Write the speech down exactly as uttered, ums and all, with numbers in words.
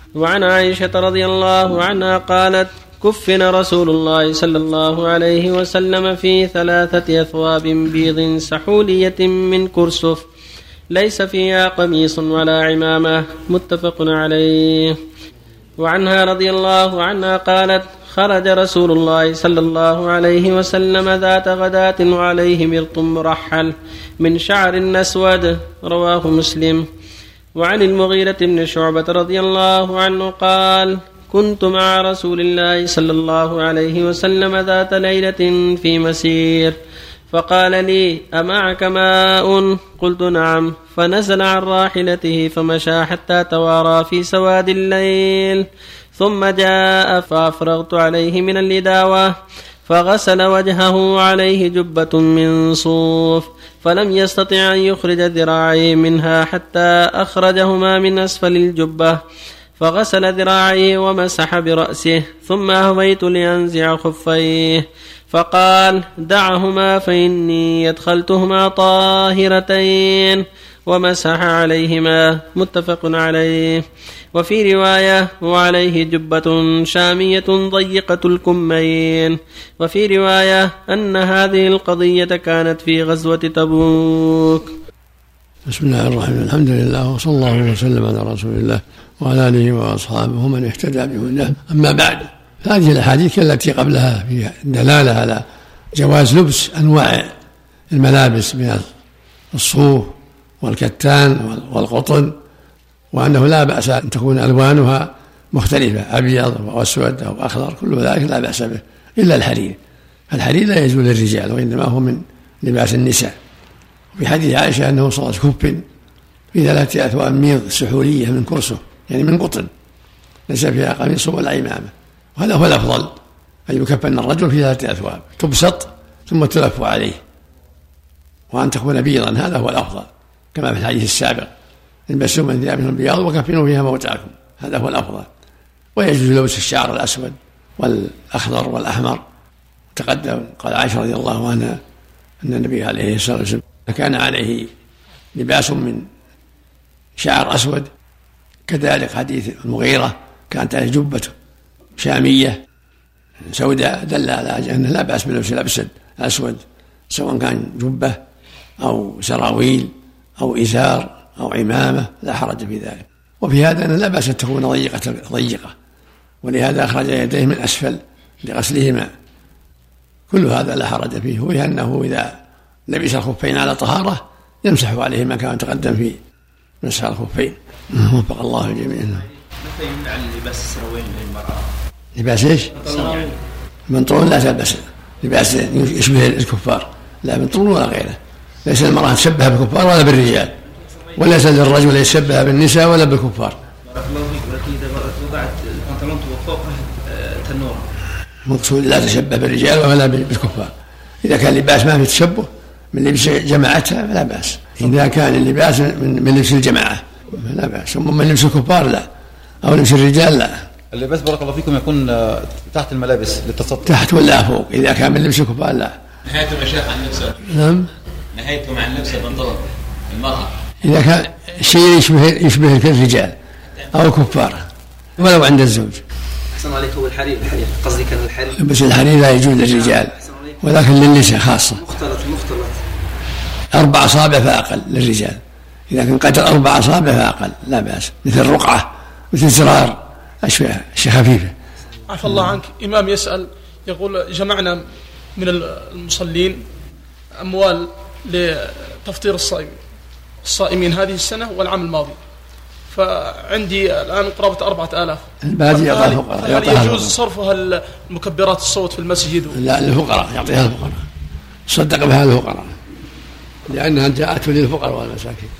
وعن عائشة رضي الله عنها قالت: كفن رسول الله صلى الله عليه وسلم في ثلاثة أثواب بيض سحولية من كرسف ليس فيها قميص ولا عمامة، متفق عليه. وعنها رضي الله عنها قالت: خرج رسول الله صلى الله عليه وسلم ذات غداة وعليه مرط مرحل من شعر أسود، رواه مسلم. وعن المغيرة بن شعبة رضي الله عنه قال: كنت مع رسول الله صلى الله عليه وسلم ذات ليلة في مسير، فقال لي: أمعك ماء؟ قلت: نعم. فنزل عن راحلته فمشى حتى توارى في سواد الليل، ثم جاء فأفرغت عليه من الإداوة، فغسل وجهه عليه جبة من صوف، فلم يستطع أن يخرج ذراعيه منها حتى أخرجهما من أسفل الجبة، فغسل ذراعيه ومسح برأسه، ثم أهويت لأنزع خفيه، فقال: دعهما فإني أدخلتهما طاهرتين، ومسح عليهما، متفق عليه. وفي رواية: وعليه جبة شامية ضيقة الكمين. وفي رواية أن هذه القضية كانت في غزوة تبوك. بسم الله الرحمن الرحيم، الحمد لله وصلى الله وسلم على رسول الله وعلى آله وأصحابه ومن اهتدى بهداه. أما بعد، هذه الأحاديث التي قبلها فيها دلالة على جواز لبس أنواع الملابس من الصوف والكتان والقطن، وأنه لا بأس أن تكون ألوانها مختلفة، أبيض وأسود أو أخضر، كل ذلك لا بأس به، إلا الحرير. الحرير لا يجوز للرجال، وإنما هو من لباس النساء. في حديث عائشة أنه صلى كف في ثلاثة أثواب ميض سحولية من كرسه، يعني من قطن، ليس فيها قميص ولا عمامة. وهذا هو الأفضل، أن يكفن الرجل في ثلاثة أثواب تبسط ثم تلف عليه، وأن تكون بيضا، هذا هو الأفضل، كما في الحديث السابق: البسوا من ثيابهم البياض وكفنوا فيها موتاكم، هذا هو الأفضل. ويجوز لبس الشعر الأسود والأخضر والأحمر. تقدم قال عائشة رضي الله عنها أن النبي عليه الصلاة والسلام كان عليه لباس من شعر أسود، كذلك حديث المغيرة كانت عليه جبة شامية سوداء، دل على أنه لا بأس بلبس الأبسد الأسود، سواء كان جبة أو سراويل أو إزار أو عمامة، لا حرج في ذلك. وفي هذا أنه لا بأس أن تكون ضيقة ضيقة، ولهذا أخرج يديه من أسفل لغسلهما، كل هذا لا حرج فيه. وهي أنه إذا لبس الخفين على طهارة يمسح عليه ما كان تقدم في مسح الخفين. وفق الله الجميع. متى يمنع لباس السراويل للمرأة؟ لباس ايش؟ بنطلون لا تلبس لباس يشبه الكفار، لا بنطلون ولا غيره. ليس المرأة تشبه بالكفار ولا بالرجال، وليس للرجل يشبه بالنساء ولا بالكفار. بارك الله فيك. ولكن إذا وضعت البنطلون فوقها تنور، مقصود لا تشبه بالرجال ولا بالكفار. إذا كان لباس ما في تشبه من لبس جماعتها فلا بأس، إذا كان اللباس من لبس الجماعة لا بأس، من لبس الكفار لا، أو لبس الرجال لا. اللباس بارك الله فيكم يكون تحت الملابس للتسطح، تحت ولا فوق؟ إذا كان من لبس الكفار لا. نهايته مشاق عن نفسه. نعم، نهايته مع النفس البنطلون المرأة إذا كان شيء يشبه يشبه الرجال أو الكفار ولو عند الزوج. أحسن عليك. هو الحرير، الحرير قصدي كان الحرير، بس الحرير لا يجوز للرجال ولكن للنساء خاصة. مختلط مختلط أربع أصابع فأقل للرجال، إذا كان قدر أربع أصابع فأقل لا بأس، مثل رقعة مثل زرار، أشياء خفيفة. عفى الله عنك. إمام يسأل يقول: جمعنا من المصلين أموال لتفطير الصائم الصائمين هذه السنة والعام الماضي، فعندي الآن قرابة أربعة آلاف. الباقي يعطيها الفقراء. هل يجوز صرفها المكبرات الصوت في المسجد؟ لا، للفقراء، يعطيها الفقراء، صدق بها الفقراء، لأنها جاءت للفقراء والمساكين.